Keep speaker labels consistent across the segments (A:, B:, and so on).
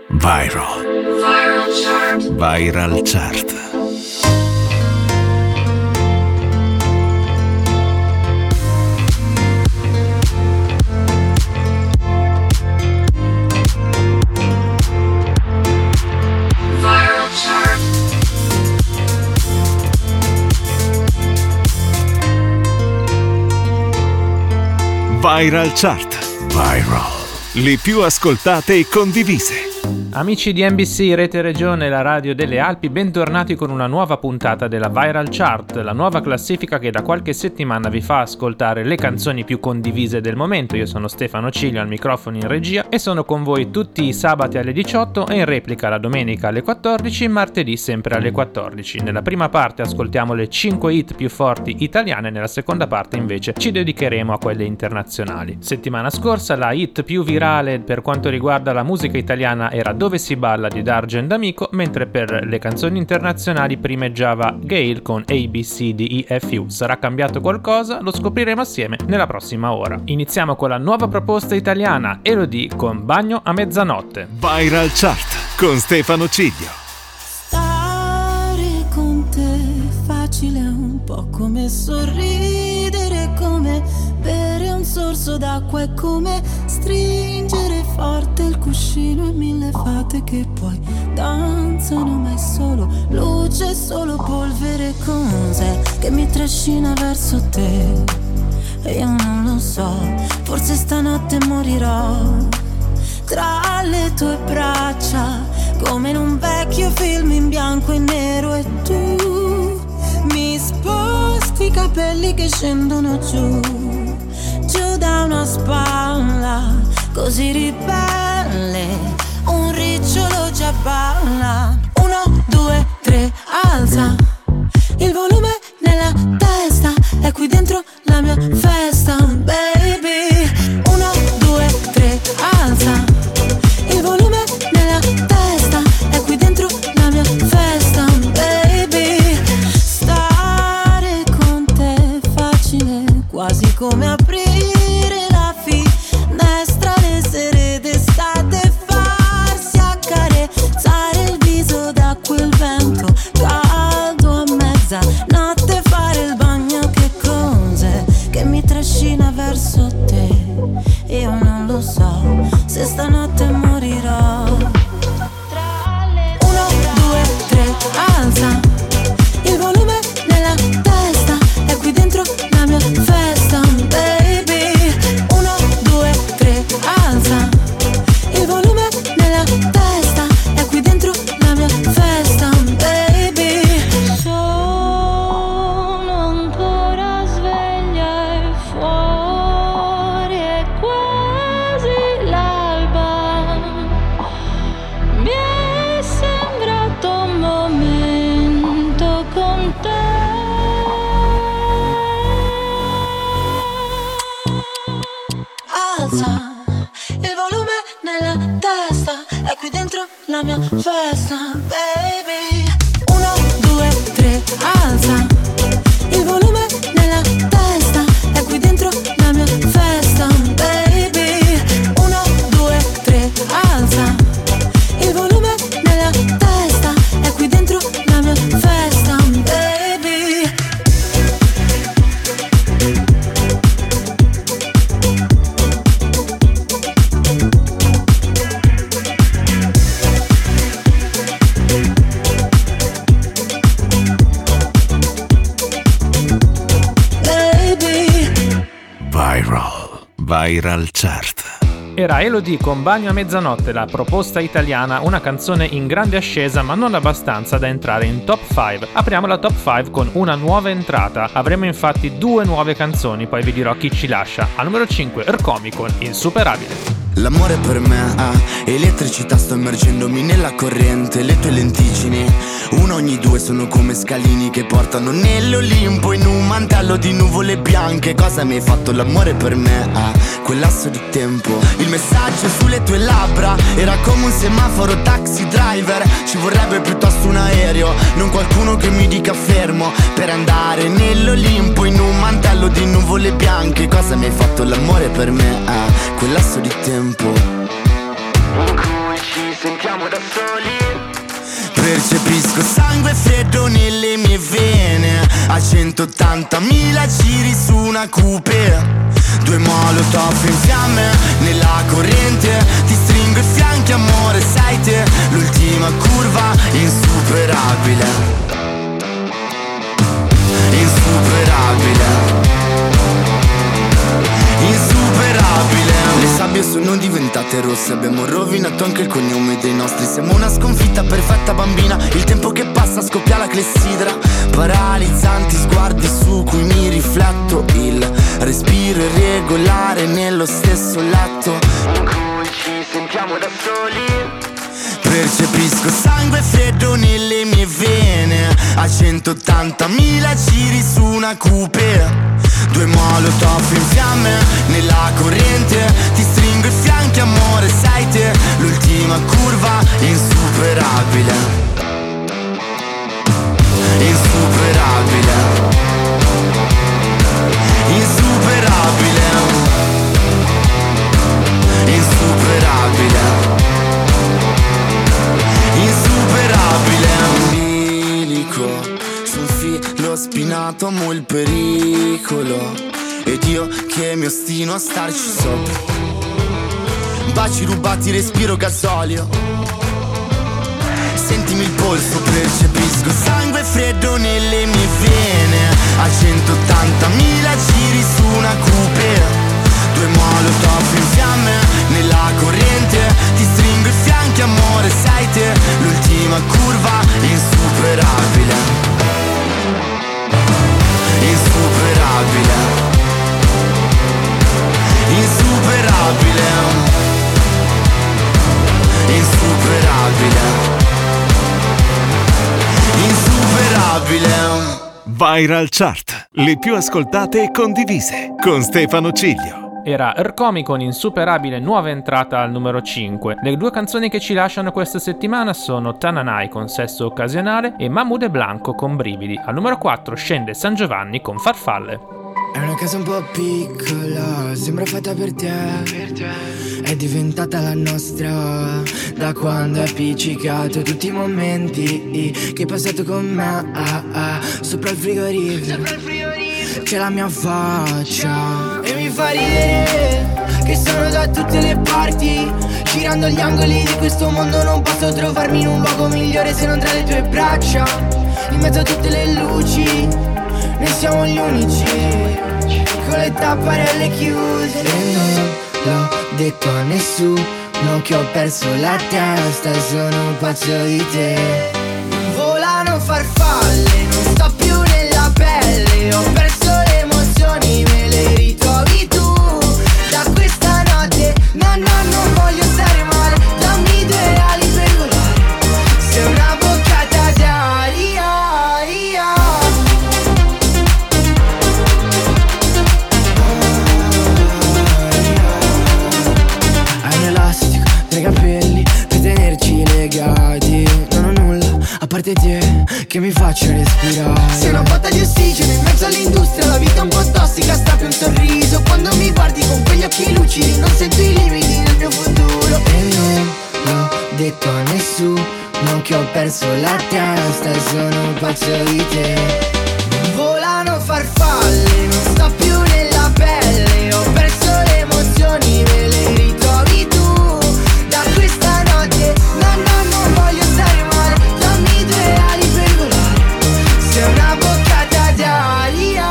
A: Viral. Viral Chart. Viral Chart. Viral Chart. Viral. Le più ascoltate e condivise.
B: Amici di NBC Rete Regione, la radio delle Alpi, bentornati con una nuova puntata della Viral Chart, la nuova classifica che da qualche settimana vi fa ascoltare le canzoni più condivise del momento. Io sono Stefano Ciglio al microfono in regia e sono con voi tutti i sabati alle 18 e in replica la domenica alle 14 e martedì sempre alle 14. Nella prima parte ascoltiamo le 5 hit più forti italiane, nella seconda parte invece ci dedicheremo a quelle internazionali. Settimana scorsa la hit più virale per quanto riguarda la musica italiana era Dove si balla di Dargen D'Amico, mentre per le canzoni internazionali primeggiava Gale con ABCDEFU. Sarà cambiato qualcosa? Lo scopriremo assieme nella prossima ora. Iniziamo con la nuova proposta italiana, Elodie con Bagno a mezzanotte.
A: Viral Chart con Stefano Ciglio.
C: Stare con te facile, un po' come sorridere, come bere un sorso d'acqua, è come stringere forte il cuscino e mille fate che poi danzano, ma è solo luce, solo polvere. Cos'è che mi trascina verso te? E io non lo so, forse stanotte morirò tra le tue braccia, come in un vecchio film in bianco e nero, e tu mi sposti i capelli che scendono giù da una spalla, così ribelle, un ricciolo già balla. 1, 2, 3, alza il volume nella testa, è qui dentro la mia festa, baby. 1, 2, 3, alza il volume nella testa, è qui dentro la mia festa, baby. Stare con te è facile, quasi come aprire la finestra le sere d'estate, farsi accarezzare il viso da quel vento caldo a mezzanotte, fare il bagno. Che cos'è che mi trascina verso te? Io non lo so, se stanotte morirò. 1, 2, 3, alza il volume nella testa, è qui dentro la mia festa, baby. 1, 2, 3, alza il volume nella testa, è qui dentro la mia festa, baby. Sono ancora sveglia e fuori è quasi l'alba, mi è sembrato un momento con te. Alza il volume nella testa, è qui dentro la mia festa, baby. 1, 2, 3, alza il volume nella testa, è qui dentro la mia festa, baby. 1, 2, 3, alza il volume nella testa, è qui dentro la mia festa, baby.
A: Viral Chart.
B: Era Elodie con Bagno a mezzanotte, la proposta italiana, una canzone in grande ascesa ma non abbastanza da entrare in top 5. Apriamo la top 5 con una nuova entrata, avremo infatti 2 nuove canzoni, poi vi dirò chi ci lascia. Al numero 5 Ercomi con Insuperabile.
D: L'amore per me ha elettricità, sto immergendomi nella corrente. Le tue lenticine, uno ogni 2 sono come scalini che portano nell'Olimpo in un mantello di nuvole bianche. Cosa mi hai fatto? L'amore per me ha quel lasso di tempo. Il messaggio sulle tue labbra era come un semaforo taxi driver. Ci vorrebbe piuttosto un aereo, non qualcuno che mi dica fermo, per andare nell'Olimpo in un mantello di nuvole bianche. Cosa mi hai fatto? L'amore per me ha quel lasso di tempo in cui ci sentiamo sentiamo da soli. Percepisco sangue freddo nelle mie vene, a 180.000 giri su una coupe. 2 molotov in fiamme nella corrente, ti stringo i fianchi amore, sei te, l'ultima curva insuperabile. Insuperabile. Insuperabile. Le sabbie sono diventate rosse, abbiamo rovinato anche il cognome dei nostri. Siamo una sconfitta perfetta bambina, il tempo che passa scoppia la clessidra. Paralizzanti sguardi su cui mi rifletto, il respiro irregolare nello stesso letto in cui ci sentiamo da soli. Percepisco sangue freddo nelle mie vene, a 180.000 giri su una coupe. 2 molotov in fiamme nella corrente, ti stringo i fianchi amore, sei te, l'ultima curva insuperabile. Insuperabile. Insuperabile. Insuperabile. Insuperabile. Umbilico su un filo spinato, amo il pericolo, ed io che mi ostino a starci sopra. Baci rubati, respiro gasolio, sentimi il polso, percepisco sangue freddo nelle mie vene, a 180.000 giri su una coupe. 2 molotov in fiamme nella corrente, ti stringo i fianchi amore, sei te, l'ultima curva insuperabile. Insuperabile. Insuperabile. Insuperabile. Insuperabile.
A: Viral Chart, le più ascoltate e condivise, con Stefano Ciglio.
B: Era Ercomi con Insuperabile, nuova entrata al numero 5. Le 2 canzoni che ci lasciano questa settimana sono Tananai con Sesso Occasionale e Mahmood e Blanco con Brividi. Al numero 4 scende San Giovanni con Farfalle.
E: È una casa un po' piccola, sembra fatta per te. È diventata la nostra da quando hai appiccicato tutti i momenti che hai passato con me. Sopra il frigorifero c'è la mia faccia e mi fa ridere che sono da tutte le parti. Girando gli angoli di questo mondo non posso trovarmi in un luogo migliore se non tra le tue braccia. In mezzo a tutte le luci noi siamo gli unici, con le tapparelle chiuse. E non l'ho detto a nessuno che ho perso la testa, sono pazzo di te. Volano farfalle, non sto più nella pelle, ho perso le emozioni, me le ritrovi tu. Da questa notte, no, non voglio stare male, dammi 2 ali per volare, sei una boccata d'aria. Hai un elastico tra i capelli per tenerci legati, non ho nulla a parte te che mi faccia respirare. Sei una botta di ossigeno in mezzo all'industria, la vita è un po' tossica, strappi un sorriso quando mi guardi con quegli occhi lucidi, non sento i limiti del mio futuro. E non l'ho detto a nessuno che ho perso la testa, sono pazzo di te. Volano farfalle, non sto più nella pelle, ho perso le emozioni, me le ritrovi tu. Da questa notte, no, non voglio stare male, dammi 2 ali per volare, sei una boccata d'aria.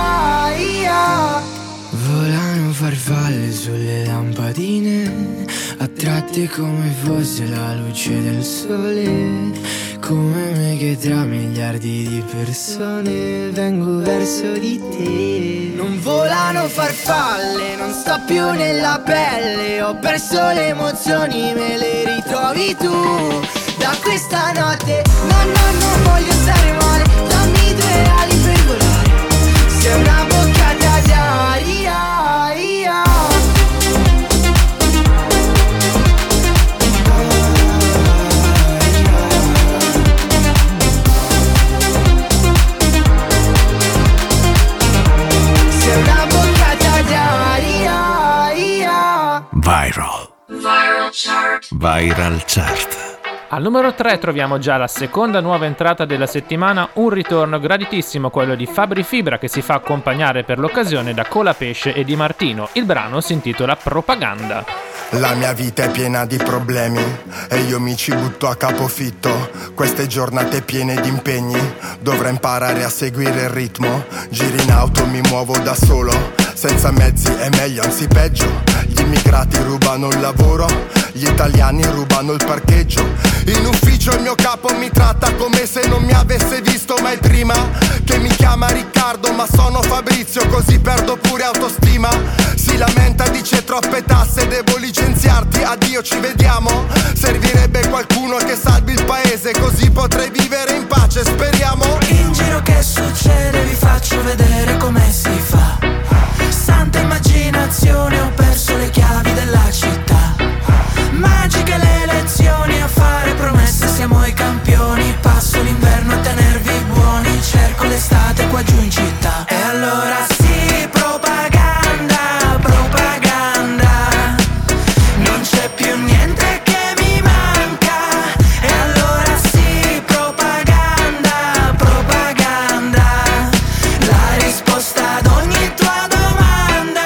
E: Volano farfalle sulle lampadine, attratte come fosse la luce del sole, come me che tra miliardi di persone vengo verso di te. Non volano farfalle, non sto più nella pelle, ho perso le emozioni, me le ritrovi tu. Da questa notte, no, non voglio stare male, dammi 2 ali per volare, sei una boccata d'aria.
A: Viral Chart.
B: Al numero 3 troviamo già la seconda nuova entrata della settimana, un ritorno graditissimo, quello di Fabri Fibra, che si fa accompagnare per l'occasione da Colapesce e Di Martino. Il brano si intitola Propaganda.
F: La mia vita è piena di problemi e io mi ci butto a capofitto. Queste giornate piene di impegni, dovrò imparare a seguire il ritmo. Giri in auto, mi muovo da solo, senza mezzi è meglio, anzi peggio. Gli immigrati rubano il lavoro, gli italiani rubano il parcheggio. In ufficio il mio capo mi tratta come se non mi avesse visto mai prima. Che mi chiama Riccardo ma sono Fabrizio, così perdo pure autostima. Si lamenta, dice troppe tasse, devo licenziarti, addio ci vediamo. Servirebbe qualcuno che salvi il paese, così potrei vivere in pace, speriamo.
E: In giro che succede, vi faccio vedere come si fa. Santa immaginazione, ho perso le chiavi della città. Magiche le elezioni, a fare promesse siamo i campioni. Passo l'inverno a tenervi buoni, cerco l'estate qua giù in città. E allora sì, propaganda, propaganda, non c'è più niente che mi manca. E allora sì, propaganda, propaganda, la risposta ad ogni tua domanda.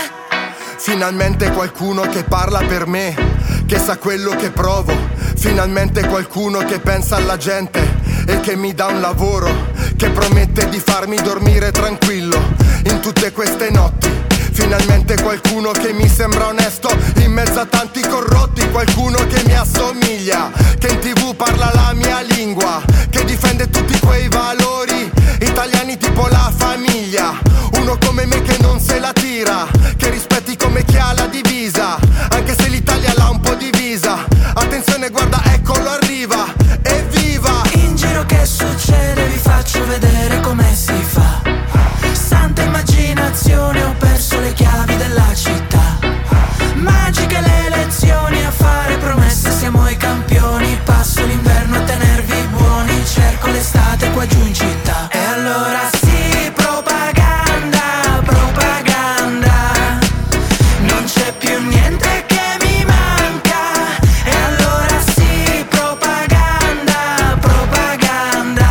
F: Finalmente qualcuno che parla per me, che sa quello che provo. Finalmente qualcuno che pensa alla gente e che mi dà un lavoro, che promette di farmi dormire tranquillo in tutte queste notti. Finalmente qualcuno che mi sembra onesto in mezzo a tanti corrotti. Qualcuno che mi assomiglia, che in TV parla la mia lingua, che difende tutti quei valori italiani tipo la famiglia. Uno come me che non se la tira, che rispetti come chi ha la divisa, anche se l'Italia l'ha un po' divisa. Attenzione, guarda, eccolo arriva, evviva!
E: In giro che succede, vi faccio vedere come si fa. Santa immaginazione, ho perso le chiavi della città. Magiche le elezioni, a fare promesse siamo i campioni. Passo l'inverno a tenervi buoni, cerco l'estate qua giù in città. E allora sì, propaganda, propaganda, non c'è più niente che mi manca. E allora sì, propaganda, propaganda,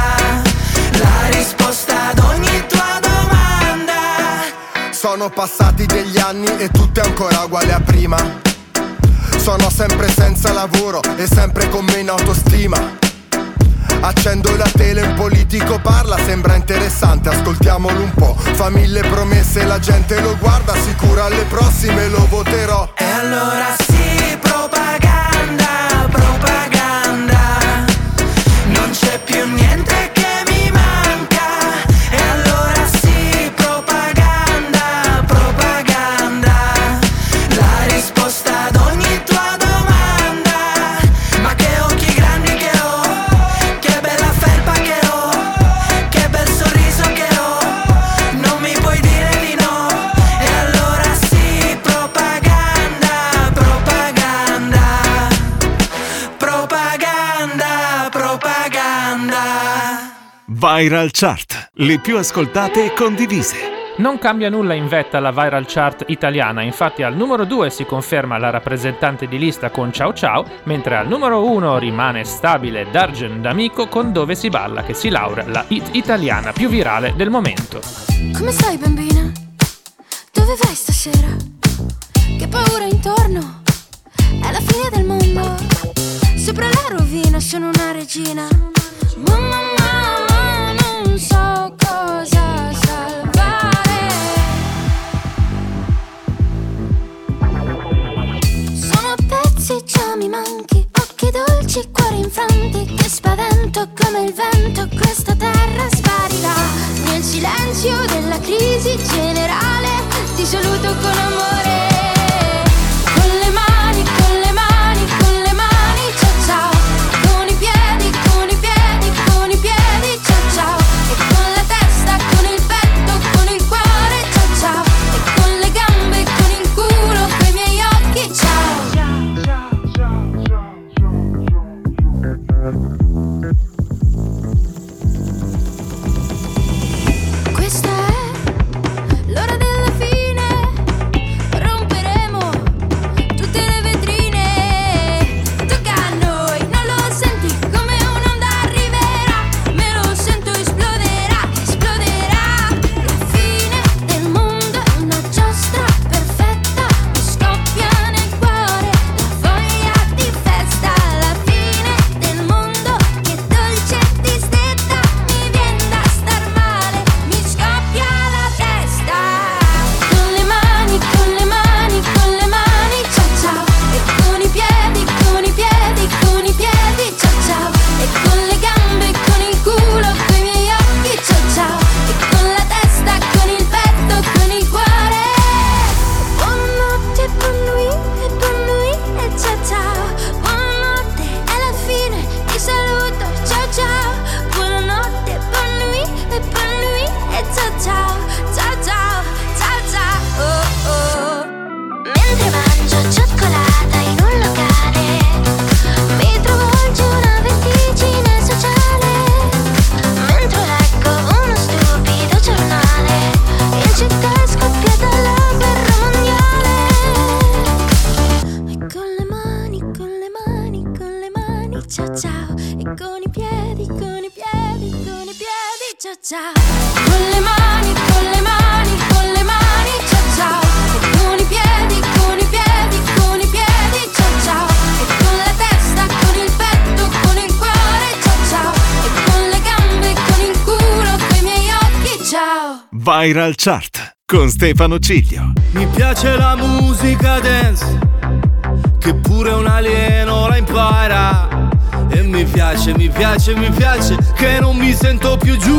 E: la risposta ad ogni tua domanda.
F: Sono passati degli anni e tutto è ancora uguale a prima. Sono sempre senza lavoro e sempre con meno autostima. Accendo la tele, un politico parla, sembra interessante, ascoltiamolo un po'. Fa mille promesse, la gente lo guarda, sicuro alle prossime lo voterò.
E: E allora sì, propaganda, propaganda, non c'è più niente che mi manca. E allora sì, propaganda, propaganda, la risposta ad ogni tua domanda. Ma che occhi grandi che ho, che bella felpa che ho, che bel sorriso che ho, non mi puoi dire di no. E allora sì, propaganda, propaganda, propaganda, propaganda.
A: Viral Chart, le più ascoltate e condivise.
B: Non cambia nulla in vetta alla viral chart italiana, infatti al numero 2 si conferma la rappresentante di lista con Ciao Ciao, mentre al numero 1 rimane stabile Dargen D'Amico con Dove si balla, che si laurea la hit italiana più virale del momento.
C: Come stai bambina? Dove vai stasera? Che paura intorno? È la fine del mondo. Sopra la rovina sono una regina. Mamma, non so cosa salvare. Sono a pezzi, già mi manchi. Occhi dolci, cuori infranti. Che spavento come il vento. Questa terra sparirà nel silenzio della crisi generale. Ti saluto con amore. Con le mani, con le mani, con le mani, ciao ciao. Con i piedi, con i piedi, con i piedi, ciao ciao. E con la testa, con il petto, con il cuore, ciao ciao. E con le gambe, con il culo, coi miei occhi, ciao. Questa è l'ora della fine. Romperemo tutte le vetrine. Tocca a noi, non lo ciao ciao. E con i piedi, con i piedi, con i piedi, ciao ciao. Con le mani, con le mani, con le mani, ciao ciao. E con i piedi, con i piedi, con i piedi, ciao ciao. E con la testa, con il petto, con il cuore, ciao ciao. E con le gambe, con il culo, coi miei occhi, ciao.
A: Viral Chart con Stefano Ciglio.
G: Mi piace la musica dance, che pure un alieno la impara. E mi piace, mi piace, mi piace, che non mi sento più giù.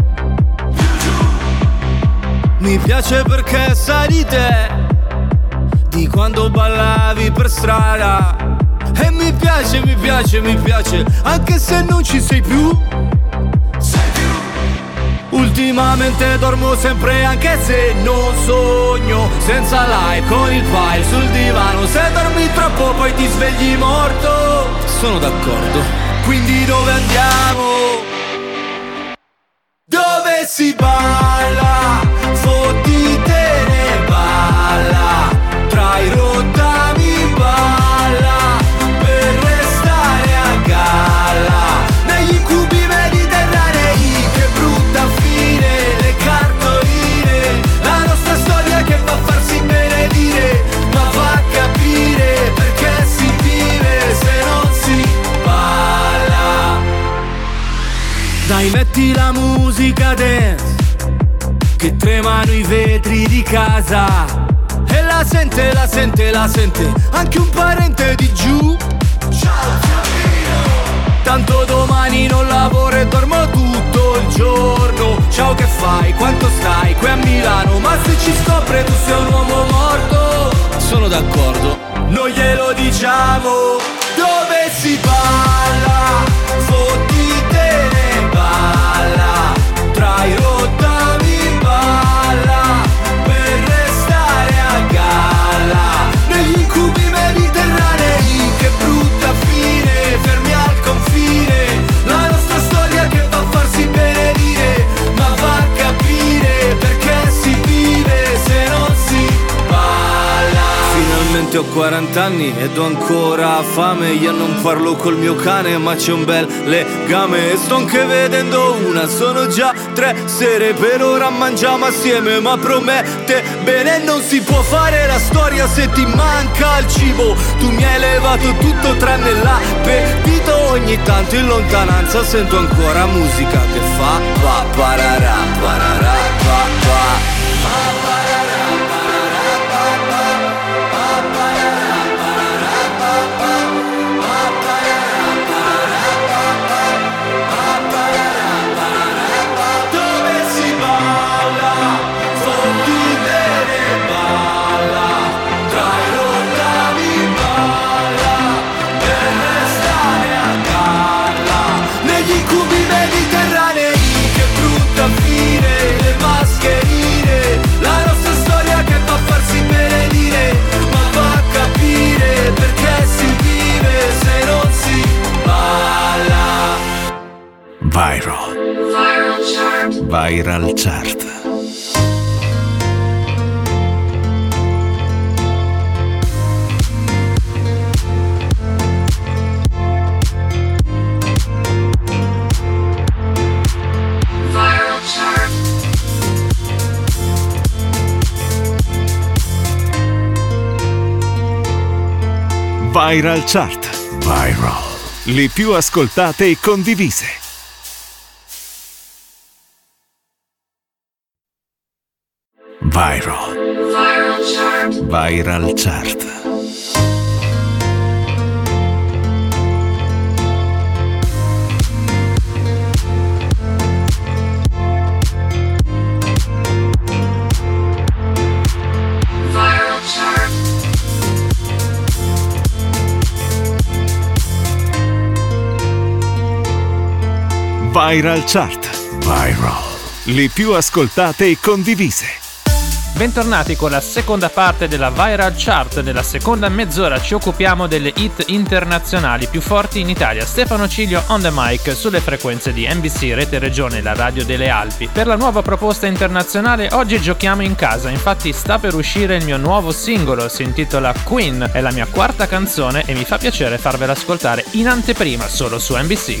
G: Mi piace perché sai di te, di quando ballavi per strada. E mi piace, mi piace, mi piace, anche se non ci sei più. Ultimamente dormo sempre anche se non sogno, senza like con il file sul divano. Se dormi troppo poi ti svegli morto. Sono d'accordo. Quindi dove andiamo? Dove si balla? Fottitene balla. Tra i rottami balla. Per restare a galla. Negli incubi mediterranei. Che brutta fine, le cartoline. La nostra storia che fa farsi benedire, ma fa capire perché si vive se non si balla. Dai, metti la musica dance, che tremano i vetri di casa. E la sente, la sente, la sente anche un parente di giù. Ciao tanto domani non lavoro e dormo tutto il giorno. Ciao, che fai? Quanto stai? Qui a Milano. Ma se ci scopre tu sei un uomo morto. Sono d'accordo, noi glielo diciamo. Dove si balla? Fottitene balla. Tra i rottami balla. Per restare a galla. Negli incubi mediterranei. Che brutta fine, fermi al confine. La nostra storia che fa farsi benedire, ma va a capire perché si vive se non si balla. Finalmente ho 40 anni ed ho ancora fame. Io non parlo col mio cane ma c'è un bel legame. E sto anche vedendo una, sono già 3 sere. Per ora mangiamo assieme ma promette bene. Non si può fare la storia se ti manca il cibo. Tu mi hai levato tutto tranne l'appetito. Ogni tanto in lontananza sento ancora musica che fa pa pararà, pararà, pa pa.
A: Viral Chart. Viral Chart. Viral. Le più ascoltate e condivise. Viral. Viral Chart. Viral Chart. Viral Chart. Viral. Le più ascoltate e condivise.
B: Bentornati con la seconda parte della Viral Chart. Nella seconda mezz'ora ci occupiamo delle hit internazionali più forti in Italia. Stefano Cilio on the mic sulle frequenze di NBC Rete Regione, la radio delle Alpi. Per la nuova proposta internazionale oggi giochiamo in casa, infatti sta per uscire il mio nuovo singolo, si intitola Queen, è la mia quarta canzone e mi fa piacere farvela ascoltare in anteprima solo su NBC.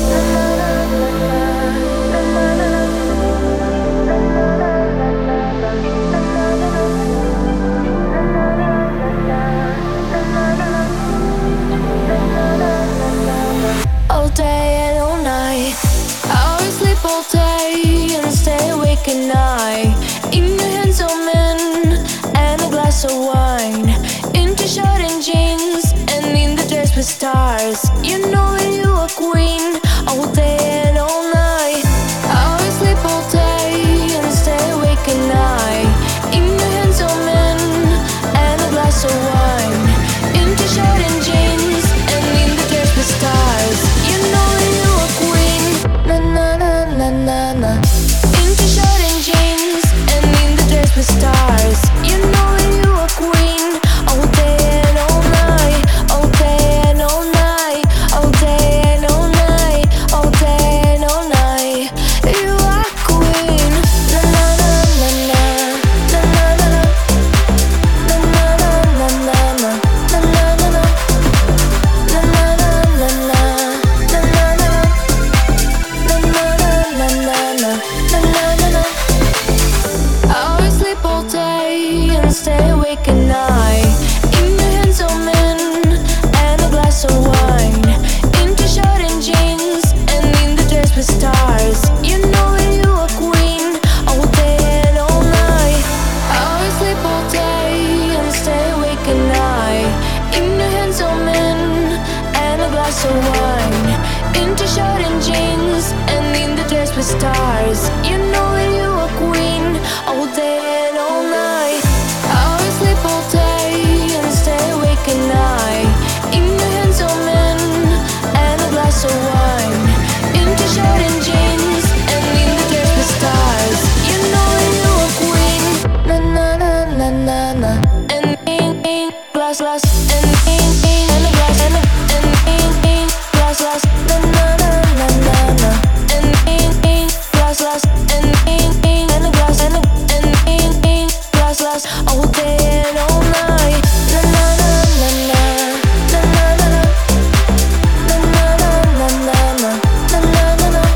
H: Stars, you know you a queen all day and all night. I always sleep all day and stay awake at night. In your hands are men and a glass of wine. Into shirt and jeans and in the dress with stars. You know you a queen, na na na na na na. Into shirt and jeans and in the dress with stars. You know you a queen all day and all night, all day. Stars, you know you a queen all day and all night. I always sleep all day and stay awake at night. In your hands are men and a glass of wine. Into shirt and jeans and in the dress with stars. You know you a queen, na na na na na na. And in glass glass and in a glass and in glass glass na na na na na na. Glass and in a glass and in glass all day and all night. Na na na na na na na na na na na na na na na na.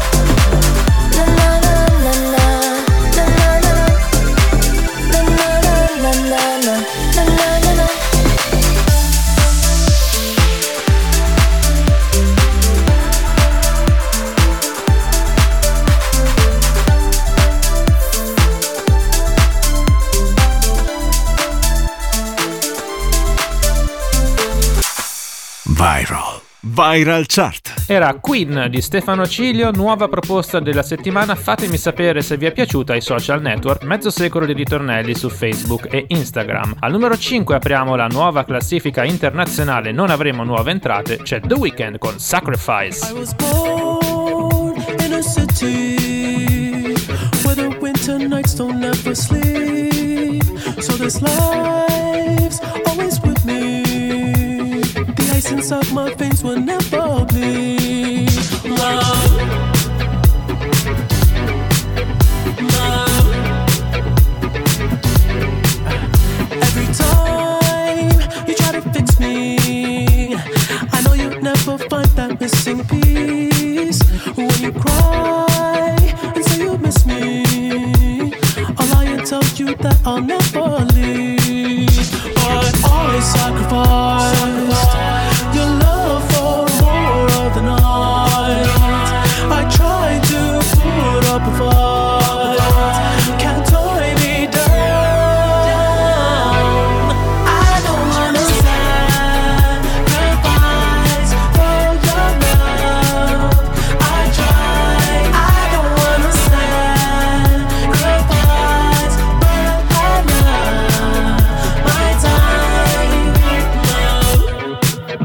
A: Viral Chart.
B: Era Queen di Stefano Cilio, nuova proposta della settimana. Fatemi sapere se vi è piaciuta ai social network. Mezzo secolo di ritornelli su Facebook e Instagram. Al numero 5 apriamo la nuova classifica internazionale, non avremo nuove entrate, c'è The Weeknd con Sacrifice.
I: I was born in a city where the winter nights don't ever sleep, so this life's always with me. The ice inside my veins will never bleed. Love, love. Every time you try to fix me, I know you'll never find that missing piece. When you cry and say you miss me, I'll lie and tell you that I'll never leave. But I sacrificed your love for more of the night. I tried to put up a fight, can't tie me down. I don't wanna sacrifice for your love. I tried. I don't wanna sacrifice, but I love my time. Love.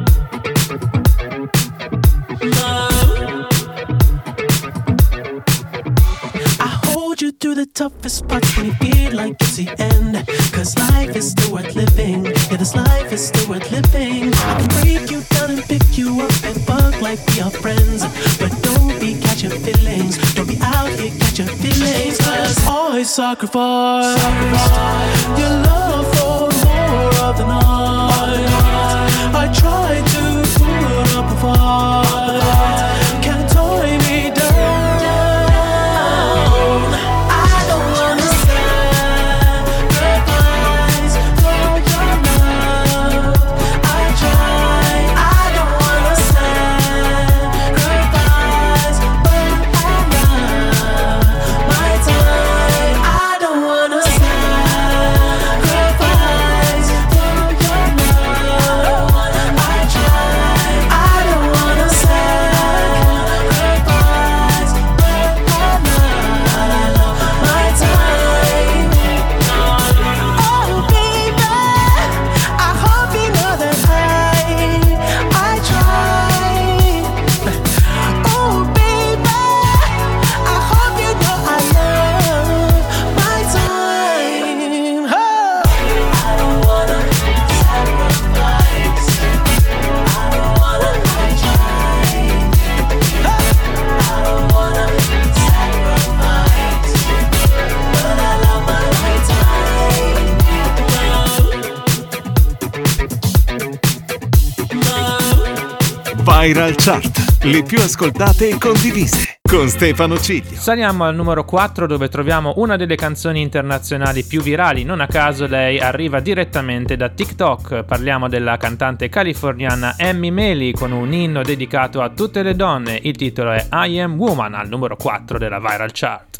I: through the toughest parts when you feel like it's the end. Cause life is still worth living. Yeah, this life is still worth living. I can break you down and pick you up and fuck like we are friends. But don't be catching feelings. Don't be out here catching feelings. Cause always sacrifice your love for more of the night. I try to put up a fight. Can't tie me down.
A: Viral Chart, le più ascoltate e condivise, con Stefano Ciglio.
B: Saliamo al numero 4 dove troviamo una delle canzoni internazionali più virali. Non a caso lei arriva direttamente da TikTok. Parliamo della cantante californiana Amy Maley con un inno dedicato a tutte le donne. Il titolo è I Am Woman, al numero 4 della Viral Chart.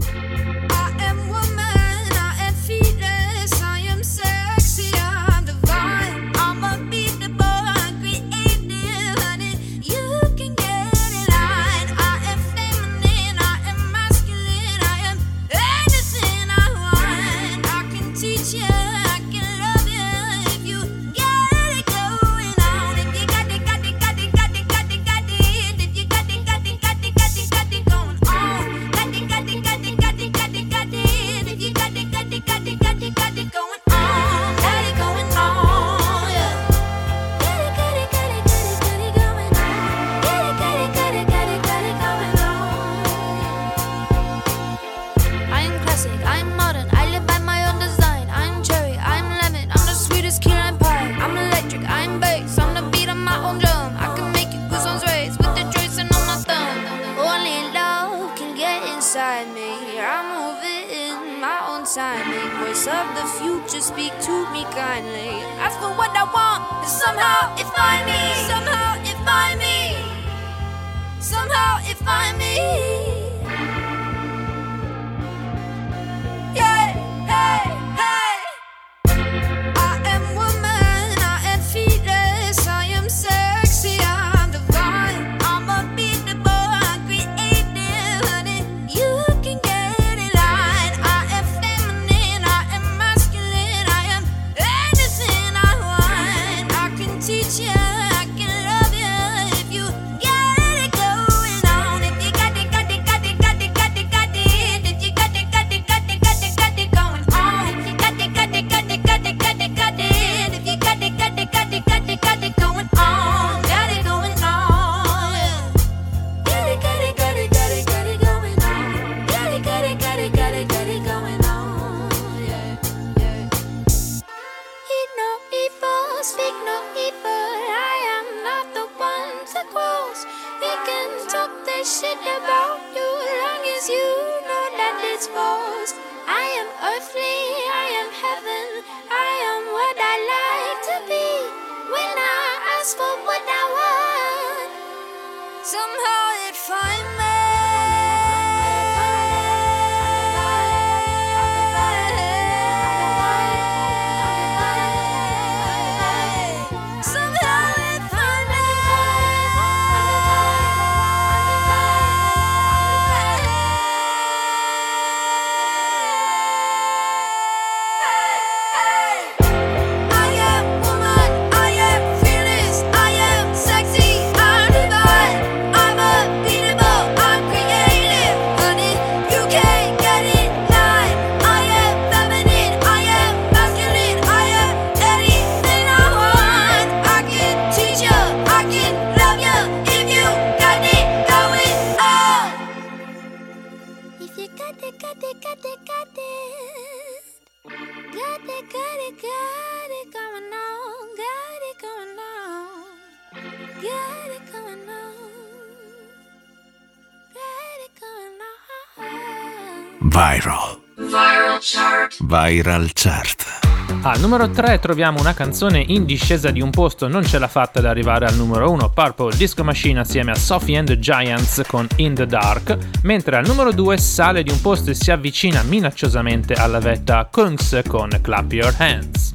H: Of the future, speak to me kindly. Ask for what I want, and somehow it find me. Somehow it find me. Somehow it find me. Yeah, hey, hey. I am woman, I am fearless, I am sexy, I'm divine. I'm unbeatable, I'm creative, honey. You can get in line. I am feminine, I am masculine, I am anything I want. I can teach you, I can love you if you get it going on. If you got it, got it, got it, got it, got it, got it. If you got it, got it, got it, got it, got it going on. If you got it, got it, got it, got it, got it, got it. If you got it, got it, got it, got it, got it going on. Got it going on. Got it, got it, got it, got it, got it going on. Got it, got it, got it, got it, got it going on. Yeah, yeah. Eat no evil, speak no evil. I am not the one to cross. We can talk that shit about you, long as you know that it's false. I am earthly, I am heaven, I am what I like to be. When I ask for what I want, somehow it find me. Sexy, I'm divine, I'm unbeatable.
A: Viral Chart.
B: Al numero 3 troviamo una canzone in discesa di un posto, non ce l'ha fatta ad arrivare al numero 1, Purple Disco Machine assieme a Sophie and the Giants con In the Dark, mentre al numero 2 sale di un posto e si avvicina minacciosamente alla vetta Kungs con Clap Your Hands.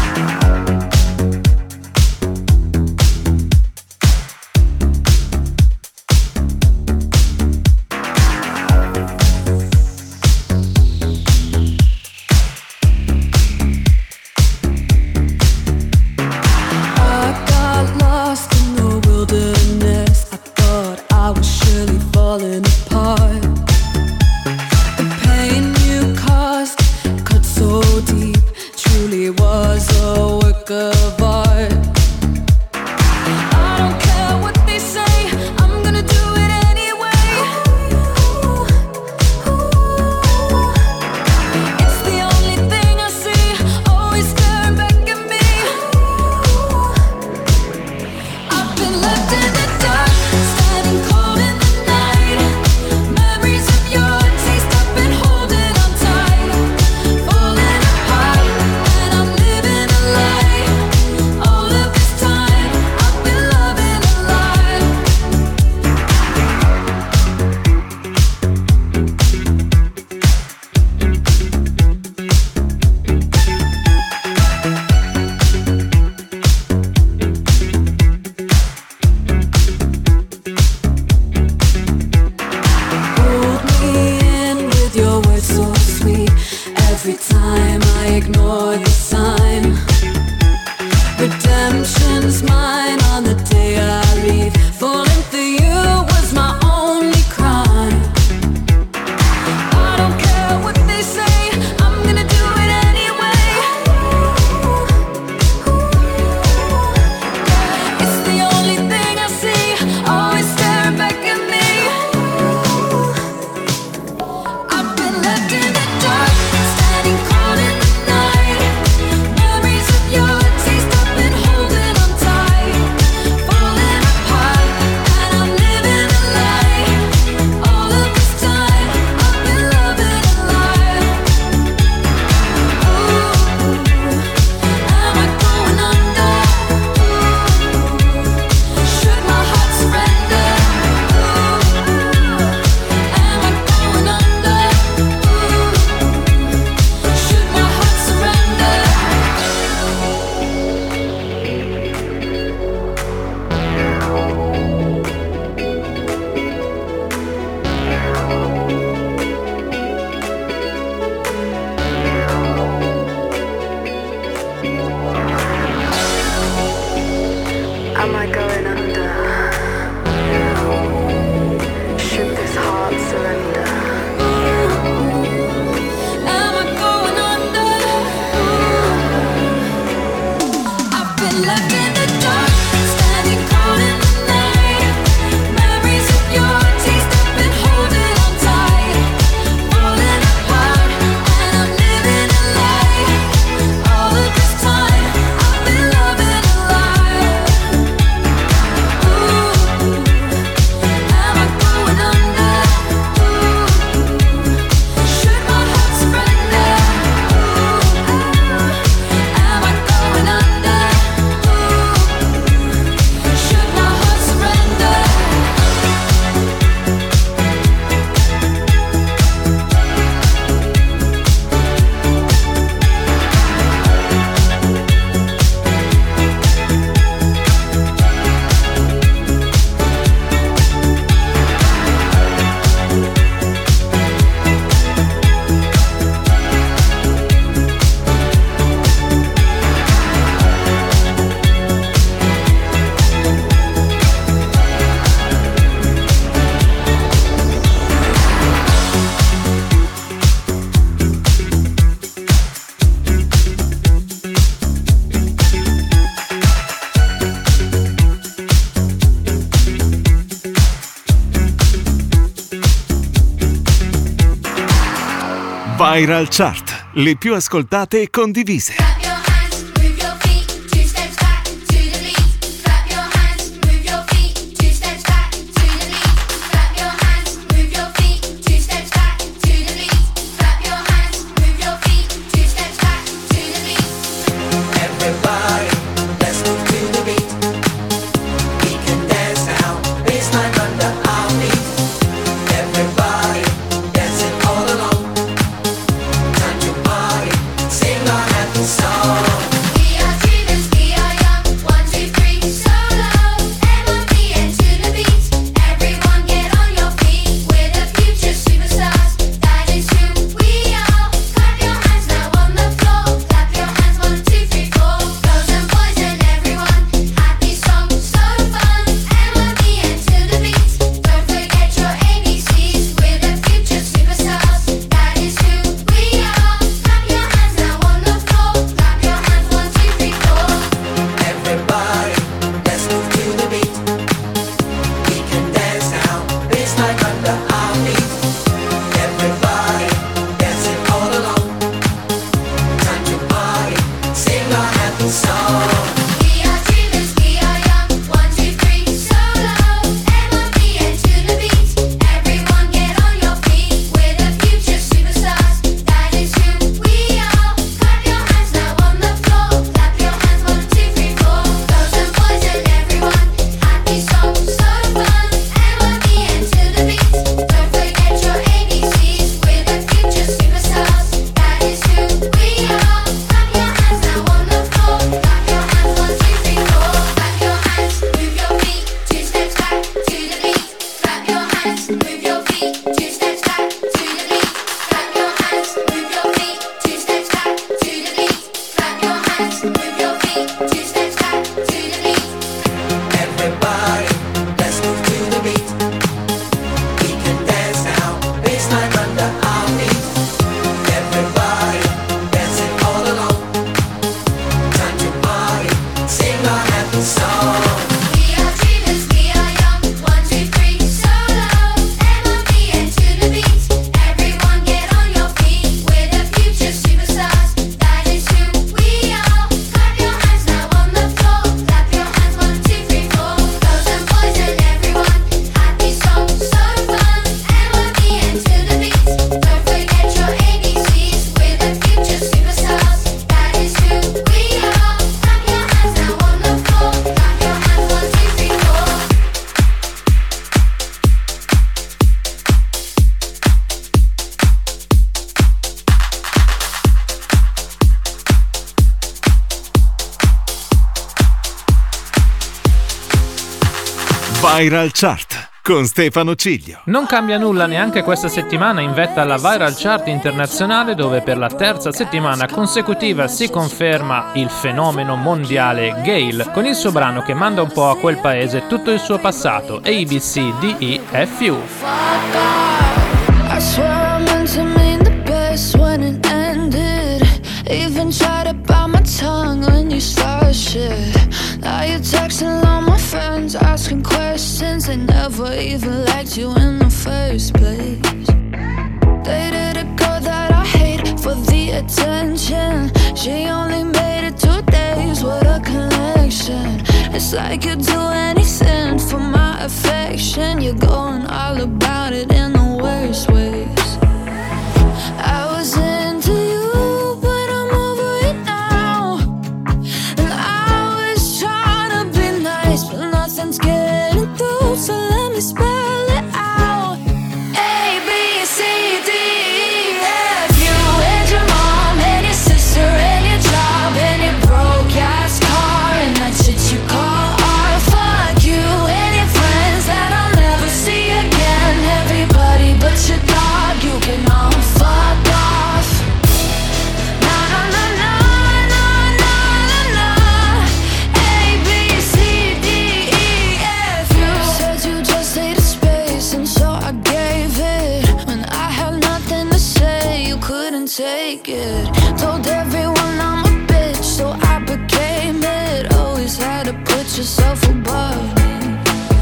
A: Viral Chart, le più ascoltate e condivise. Viral Chart con Stefano Ciglio.
B: Non cambia nulla neanche questa settimana in vetta alla Viral Chart internazionale, dove per la terza settimana consecutiva si conferma il fenomeno mondiale Gayle con il suo brano che manda un po' a quel paese tutto il suo passato, ABCDEFU.
H: I swear I meant to mean the best when it ended. Even tried to bite my tongue when you started shit. Now you're texting all my friends, asking questions. They never even liked you in the first place. Dated a girl that I hate for the attention. She only made it 2 days, what a connection. It's like you'd do anything for my affection. You're going all about it in the worst ways. I was into you, but I'm over it now. And I was trying to be nice, but nothing's getting through, so let me spell it out. A, B, C, D, E, F, you and your mom and your sister and your job and your broke ass car and that shit you call art. Fuck you and your friends that I'll never see again. Everybody but your dog, you can all fuck off. Na na na na na na na na. A, B, C, D, E, F, you said you just needed space, and so I gave it. When I had nothing to say, you couldn't take it. Told everyone I'm a bitch, so I became it. Always had to put yourself above me.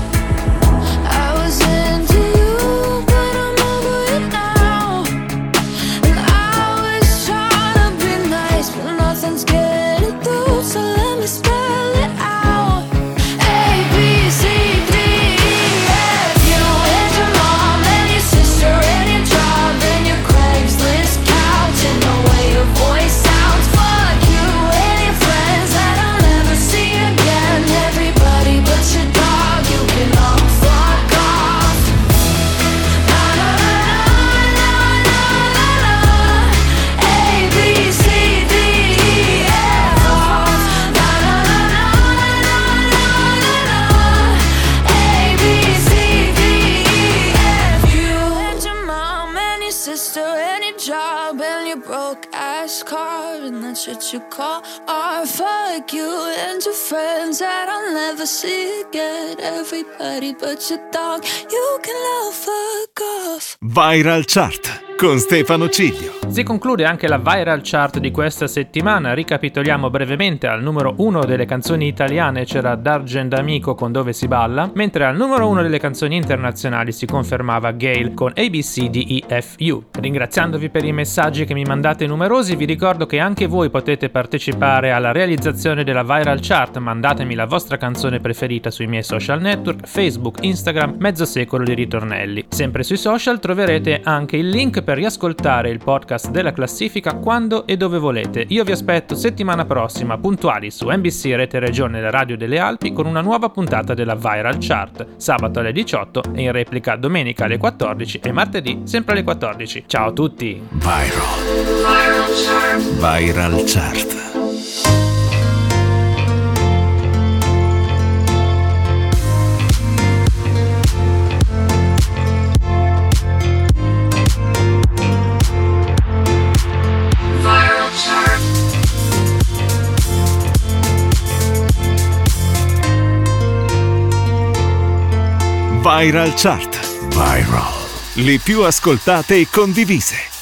H: I was into you, but I'm over it now. And I was trying to be nice, but nothing's getting through, so let me spell it out. A, B, C, D, E, F, you and your mom and your sister and your job and your Craigslist couch and the way your voice sounds. Fuck you and your friends that I'll never see again. Everybody but your dog, you can all fuck off. Na na na na na na na. A, B, C, D, E, F, off. Na na na na na na na. A, B, C, D, E, F, you and your mom and your sister and your job and your broke ass car and that shit you call art. Fuck you and your friends that I'll never see again. Everybody but your dog, you can all fuck off.
A: Viral Chart con Stefano Ciglio.
B: Si conclude anche la Viral Chart di questa settimana. Ricapitoliamo brevemente: al numero 1 delle canzoni italiane c'era D'Argent Amico con Dove si balla, mentre al numero 1 delle canzoni internazionali si confermava Gayle con ABCDEFU. Ringraziandovi per i messaggi che mi mandate numerosi, vi ricordo che anche voi potete partecipare alla realizzazione della Viral Chart. Mandatemi la vostra canzone preferita sui miei social network, Facebook, Instagram, Mezzo Secolo di Ritornelli. Sempre sui social troverete anche il link per riascoltare il podcast della classifica quando e dove volete. Io vi aspetto settimana prossima puntuali su NBC Rete Regione, la radio delle Alpi, con una nuova puntata della Viral Chart, sabato alle 18 e in replica domenica alle 14 e martedì sempre alle 14. Ciao a tutti!
A: Viral Chart. Viral Chart. Viral. Le più ascoltate e condivise.